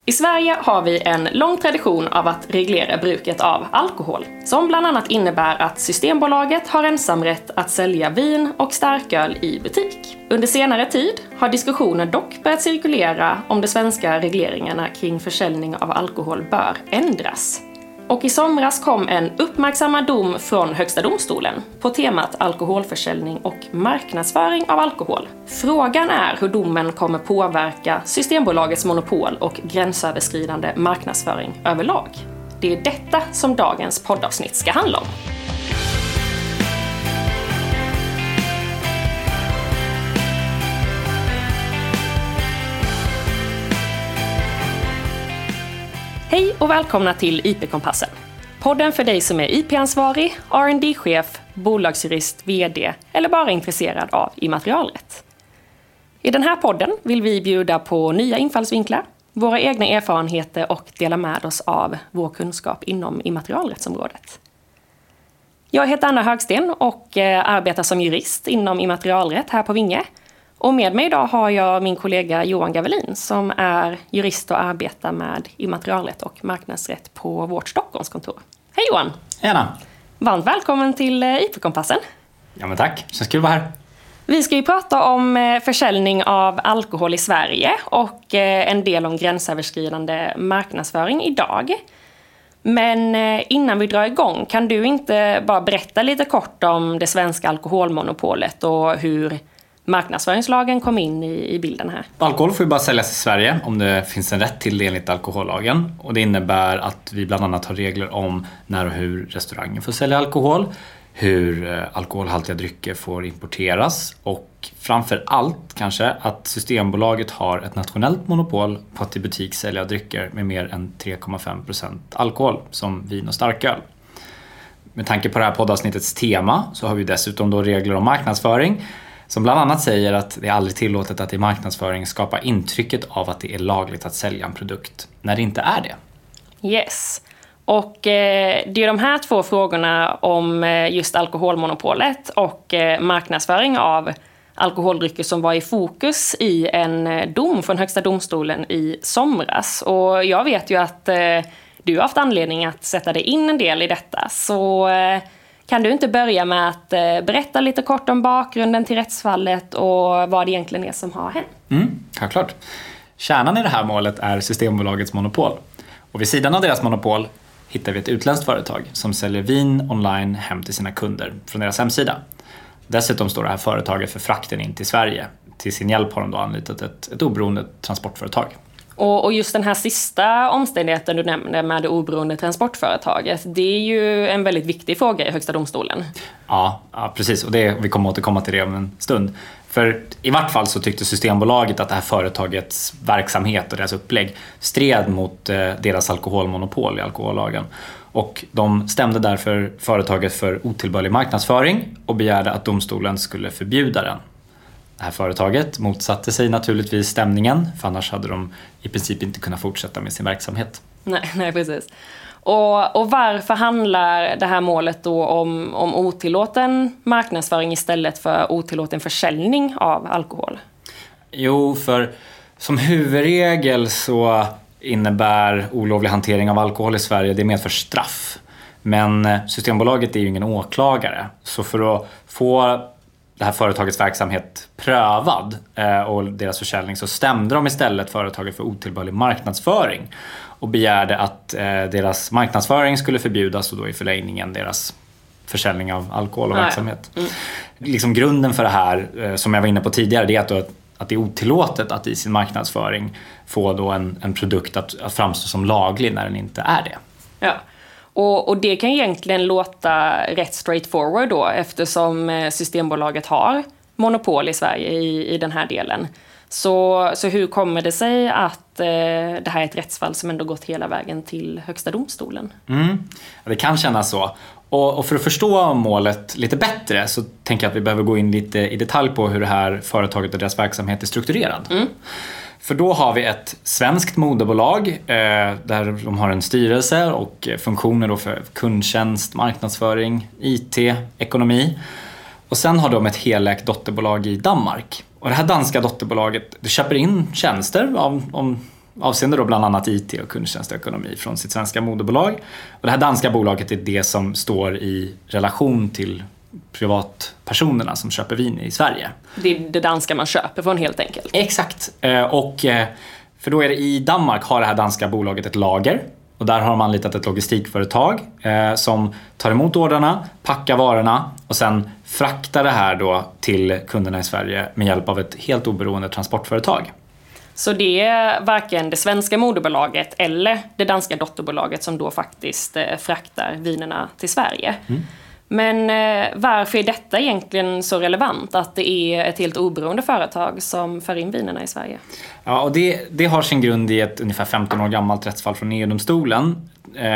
I Sverige har vi en lång tradition av att reglera bruket av alkohol, som bland annat innebär att Systembolaget har ensamrätt att sälja vin och starköl i butik. Under senare tid har diskussioner dock börjat cirkulera om de svenska regleringarna kring försäljning av alkohol bör ändras. Och i somras kom en uppmärksammad dom från Högsta domstolen på temat alkoholförsäljning och marknadsföring av alkohol. Frågan är hur domen kommer påverka Systembolagets monopol och gränsöverskridande marknadsföring överlag. Det är detta som dagens poddavsnitt ska handla om. Hej och välkomna till IP-kompassen. Podden för dig som är IP-ansvarig, R&D-chef, bolagsjurist, vd eller bara intresserad av immaterialrätt. I den här podden vill vi bjuda på nya infallsvinklar, våra egna erfarenheter och dela med oss av vår kunskap inom immaterialrättsområdet. Jag heter Anna Högsten och arbetar som jurist inom immaterialrätt här på Vinge. Och med mig idag har jag min kollega Johan Gavelin som är jurist och arbetar med immaterialrätt och marknadsrätt på vårt Stockholmskontor. Hej Johan! Hej Anna! Varmt välkommen till IP-kompassen. Ja men tack, känns kul att vara här. Vi ska ju prata om försäljning av alkohol i Sverige och en del om gränsöverskridande marknadsföring idag. Men innan vi drar igång, kan du inte bara berätta lite kort om det svenska alkoholmonopolet och hur marknadsföringslagen kom in i bilden här? Alkohol får ju bara säljas i Sverige om det finns en rätt till det enligt alkohollagen. Och det innebär att vi bland annat har regler om när och hur restaurangen får sälja alkohol, hur alkoholhaltiga drycker får importeras och framför allt kanske att Systembolaget har ett nationellt monopol på att i butik sälja drycker med mer än 3,5% alkohol som vin och starköl. Med tanke på det här poddavsnittets tema så har vi dessutom då regler om marknadsföring som bland annat säger att det är aldrig tillåtet att i marknadsföring skapa intrycket av att det är lagligt att sälja en produkt när det inte är det. Yes. Och det är de här två frågorna om just alkoholmonopolet och marknadsföring av alkoholdrycker som var i fokus i en dom från Högsta domstolen i somras. Och jag vet ju att du har haft anledning att sätta dig in en del i detta. Så kan du inte börja med att berätta lite kort om bakgrunden till rättsfallet och vad det egentligen är som har hänt? Självklart. Kärnan i det här målet är Systembolagets monopol. Och vid sidan av deras monopol hittar vi ett utländskt företag som säljer vin online hem till sina kunder från deras hemsida. Dessutom står det här företaget för frakten in till Sverige. Till sin hjälp har de då anlitat ett oberoende transportföretag. Och just den här sista omständigheten du nämnde med det oberoende transportföretaget, det är ju en väldigt viktig fråga i Högsta domstolen. Ja precis. Och vi kommer återkomma till det om en stund. För i vart fall så tyckte Systembolaget att det här företagets verksamhet och deras upplägg stred mot deras alkoholmonopol i alkohollagen. Och de stämde därför företaget för otillbörlig marknadsföring och begärde att domstolen skulle förbjuda den. Det här företaget motsatte sig naturligtvis stämningen, för annars hade de i princip inte kunnat fortsätta med sin verksamhet. Nej precis. Och varför handlar det här målet då om otillåten marknadsföring istället för otillåten försäljning av alkohol? Jo, för som huvudregel så innebär olovlig hantering av alkohol i Sverige, det medför straff. Men Systembolaget är ju ingen åklagare, så för att få det här företagets verksamhet prövad och deras försäljning så stämde de istället företaget för otillbörlig marknadsföring och begärde att deras marknadsföring skulle förbjudas och då i förlängningen deras försäljning av alkohol och verksamhet. Liksom grunden för det här som jag var inne på tidigare, det är att det är otillåtet att i sin marknadsföring få då en produkt att framstå som laglig när den inte är det. Ja. Och det kan egentligen låta rätt straightforward då, eftersom Systembolaget har monopol i Sverige i den här delen. Så hur kommer det sig att det här är ett rättsfall som ändå gått hela vägen till Högsta domstolen? Det kan kännas så. Och för att förstå målet lite bättre så tänker jag att vi behöver gå in lite i detalj på hur det här företaget och deras verksamhet är strukturerad. För då har vi ett svenskt moderbolag där de har en styrelse och funktioner då för kundtjänst, marknadsföring, IT, ekonomi. Och sen har de ett helägt dotterbolag i Danmark. Och det här danska dotterbolaget det köper in tjänster av avseende då bland annat IT och kundtjänstekonomi från sitt svenska moderbolag. Och det här danska bolaget är det som står i relation till privatpersonerna som köper vin i Sverige. Det är det danska man köper från helt enkelt. Exakt. Och för då är det i Danmark har det här danska bolaget ett lager. Och där har de anlitat ett logistikföretag som tar emot ordrarna, packar varorna och sen fraktar det här då till kunderna i Sverige med hjälp av ett helt oberoende transportföretag. Så det är varken det svenska moderbolaget eller det danska dotterbolaget som då faktiskt fraktar vinerna till Sverige. Men varför är detta egentligen så relevant att det är ett helt oberoende företag som för in vinerna i Sverige? Ja, och det har sin grund i ett ungefär 15 år gammalt rättsfall från EU-domstolen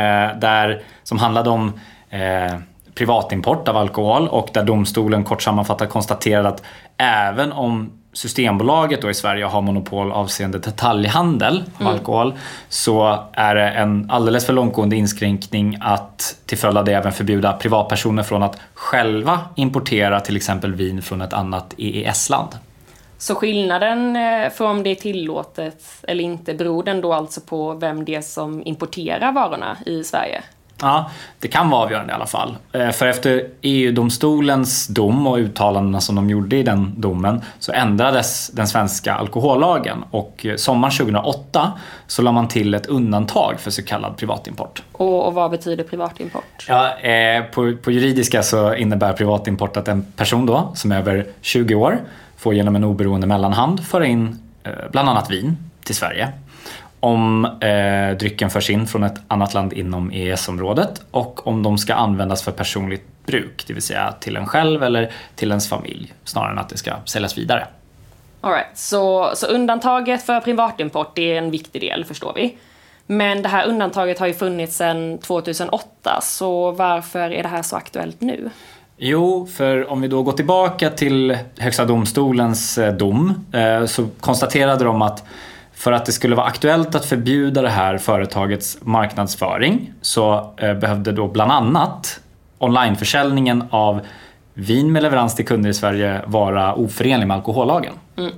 som handlade om privatimport av alkohol, och där domstolen kort sammanfattat konstaterade att även om Systembolaget då i Sverige har monopol avseende detaljhandel av alkohol, så är det en alldeles för långtgående inskränkning att till följd av det även förbjuda privatpersoner från att själva importera till exempel vin från ett annat EES-land. Så skillnaden för om det är tillåtet eller inte beror den då alltså på vem det är som importerar varorna i Sverige? Ja, det kan vara avgörande i alla fall. För efter EU-domstolens dom och uttalandena som de gjorde i den domen så ändrades den svenska alkohollagen, och sommaren 2008 så la man till ett undantag för så kallad privatimport. Och vad betyder privatimport? Ja, på juridiska så innebär privatimport att en person då som är över 20 år får genom en oberoende mellanhand föra in bland annat vin till Sverige. Om drycken förs in från ett annat land inom EES-området och om de ska användas för personligt bruk, det vill säga till en själv eller till ens familj, snarare än att det ska säljas vidare. All right. Så undantaget för privatimport är en viktig del, förstår vi. Men det här undantaget har ju funnits sedan 2008, så varför är det här så aktuellt nu? Jo, för om vi då går tillbaka till Högsta domstolens dom så konstaterade de att för att det skulle vara aktuellt att förbjuda det här företagets marknadsföring så behövde då bland annat onlineförsäljningen av vin med leverans till kunder i Sverige vara oförenlig med alkohollagen.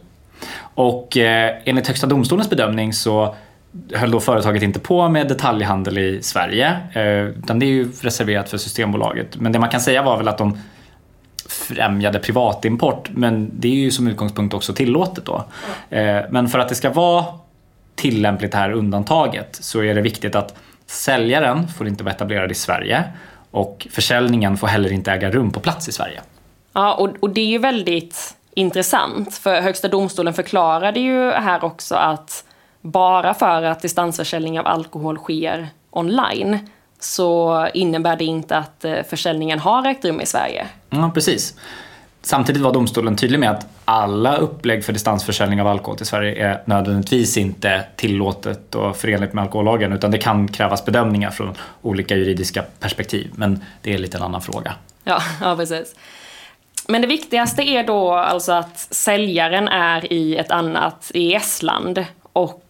Och enligt Högsta domstolens bedömning så höll då företaget inte på med detaljhandel i Sverige, utan det är ju reserverat för Systembolaget. Men det man kan säga var väl att de främjade privatimport, men det är ju som utgångspunkt också tillåtet då. Men för att det ska vara tillämpligt här undantaget så är det viktigt att säljaren får inte vara etablerad i Sverige och försäljningen får heller inte äga rum på plats i Sverige. Ja, och det är ju väldigt intressant, för Högsta domstolen förklarade ju här också att bara för att distansförsäljning av alkohol sker online så innebär det inte att försäljningen har ägt rum i Sverige. Ja, precis. Samtidigt var domstolen tydlig med att alla upplägg för distansförsäljning av alkohol till Sverige är nödvändigtvis inte tillåtet och förenligt med alkohollagen, utan det kan krävas bedömningar från olika juridiska perspektiv, men det är lite en annan fråga. Ja, precis. Men det viktigaste är då alltså att säljaren är i ett annat EES-land och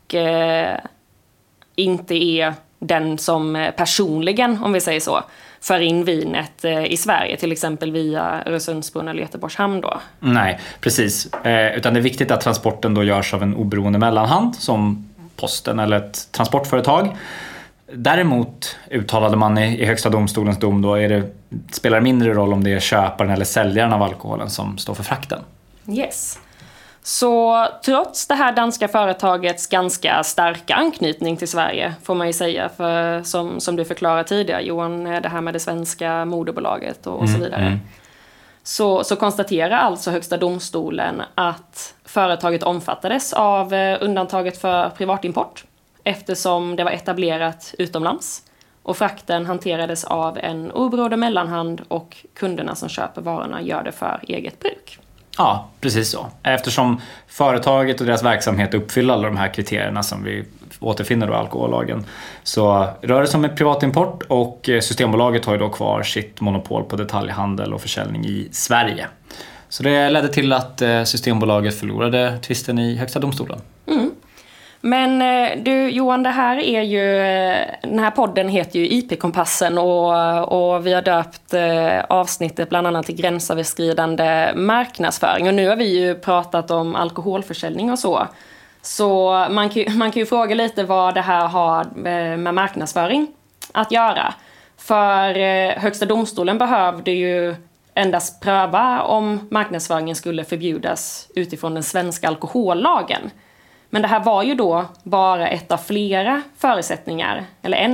inte är den som personligen, om vi säger så, för in vinet i Sverige, till exempel via Öresundsbron eller Göteborgs hamn då. Nej, precis. Utan det är viktigt att transporten då görs av en oberoende mellanhand som Posten eller ett transportföretag. Däremot uttalade man i Högsta domstolens dom då spelar det mindre roll om det är köparen eller säljaren av alkoholen som står för frakten. Yes. Så trots det här danska företagets ganska starka anknytning till Sverige, får man ju säga, för som du förklarade tidigare, Johan, det här med det svenska moderbolaget och så vidare. Så konstaterar alltså Högsta domstolen att företaget omfattades av undantaget för privatimport eftersom det var etablerat utomlands och frakten hanterades av en oberoende mellanhand och kunderna som köper varorna gör det för eget bruk. Ja, precis så. Eftersom företaget och deras verksamhet uppfyller alla de här kriterierna som vi återfinner i alkohollagen så rör det sig om en privatimport, och Systembolaget har ju då kvar sitt monopol på detaljhandel och försäljning i Sverige. Så det ledde till att Systembolaget förlorade tvisten i Högsta domstolen. Men du Johan, den här podden heter ju IP-kompassen och vi har döpt avsnittet bland annat till gränsöverskridande marknadsföring. Och nu har vi ju pratat om alkoholförsäljning och så. Så man kan ju fråga lite vad det här har med marknadsföring att göra. För Högsta domstolen behövde ju endast pröva om marknadsföringen skulle förbjudas utifrån den svenska alkohollagen. Men det här var ju då bara en av flera förutsättningar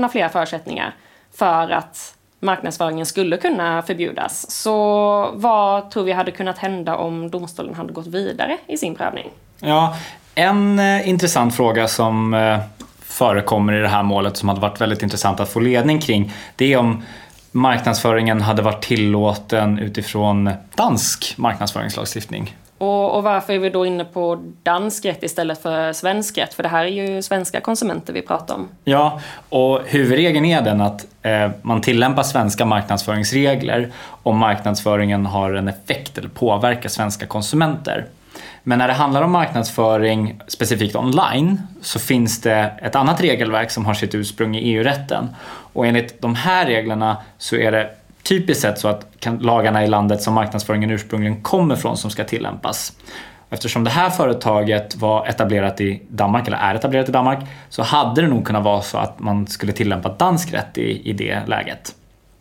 för att marknadsföringen skulle kunna förbjudas. Så vad tror vi hade kunnat hända om domstolen hade gått vidare i sin prövning? Ja, en intressant fråga som förekommer i det här målet som hade varit väldigt intressant att få ledning kring, det är om marknadsföringen hade varit tillåten utifrån dansk marknadsföringslagstiftning. Och varför är vi då inne på dansk rätt istället för svensk rätt? För det här är ju svenska konsumenter vi pratar om. Ja, och huvudregeln är den att man tillämpar svenska marknadsföringsregler om marknadsföringen har en effekt eller påverkar svenska konsumenter. Men när det handlar om marknadsföring specifikt online så finns det ett annat regelverk som har sitt ursprung i EU-rätten. Och enligt de här reglerna så är det typiskt sett så att lagarna i landet som marknadsföringen ursprungligen kommer från som ska tillämpas. Eftersom det här företaget var etablerat i Danmark eller är etablerat i Danmark så hade det nog kunnat vara så att man skulle tillämpa dansk rätt i det läget.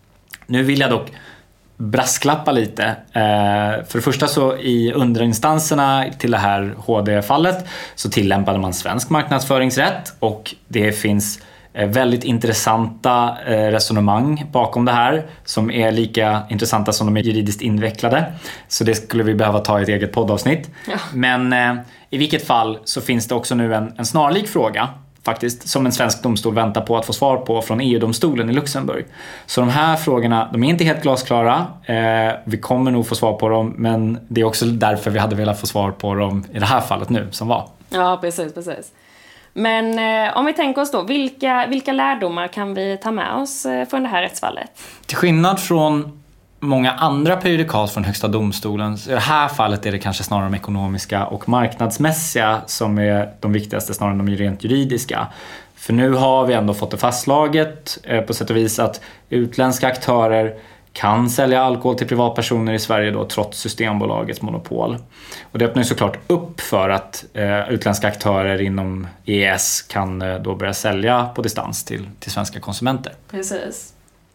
Nu vill jag dock brasklappa lite. För det första så i underinstanserna till det här HD-fallet så tillämpade man svensk marknadsföringsrätt och det finns väldigt intressanta resonemang bakom det här som är lika intressanta som de är juridiskt invecklade. Så det skulle vi behöva ta i ett eget poddavsnitt. Ja. Men i vilket fall så finns det också nu en snarlik fråga faktiskt som en svensk domstol väntar på att få svar på från EU-domstolen i Luxemburg. Så de här frågorna, de är inte helt glasklara. Vi kommer nog få svar på dem, men det är också därför vi hade velat få svar på dem i det här fallet nu som var. Ja, precis. Men om vi tänker oss då, vilka lärdomar kan vi ta med oss från det här rättsfallet? Till skillnad från många andra prejudikat från Högsta domstolen, så i det här fallet är det kanske snarare de ekonomiska och marknadsmässiga som är de viktigaste snarare än de rent juridiska. För nu har vi ändå fått det fastslaget på sätt och vis att utländska aktörer kan sälja alkohol till privatpersoner i Sverige då, trots Systembolagets monopol. Och det öppnar ju såklart upp för att utländska aktörer inom EES kan då börja sälja på distans till svenska konsumenter. Precis.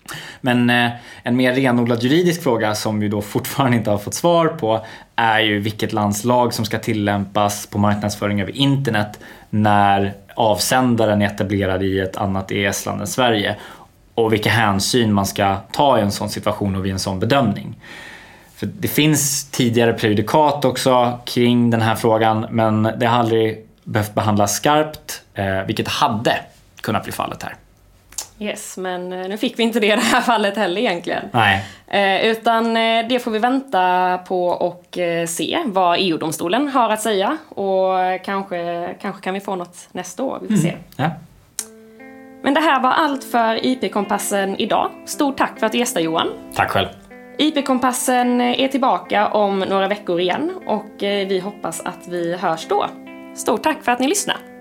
Men en mer renodlad juridisk fråga som vi då fortfarande inte har fått svar på är ju vilket lands lag som ska tillämpas på marknadsföring över internet när avsändaren är etablerad i ett annat EES-land än Sverige. Och vilka hänsyn man ska ta i en sån situation och vid en sån bedömning. För det finns tidigare prejudikat också kring den här frågan, men det har aldrig behövt behandlas skarpt, vilket hade kunnat bli fallet här. Yes, men nu fick vi inte det i det här fallet heller egentligen. Nej. Utan det får vi vänta på och se vad EU-domstolen har att säga. Och kanske kan vi få något nästa år, vi får se. Ja. Men det här var allt för IP-kompassen idag. Stort tack för att du gästade, Johan. Tack själv. IP-kompassen är tillbaka om några veckor igen och vi hoppas att vi hörs då. Stort tack för att ni lyssnar.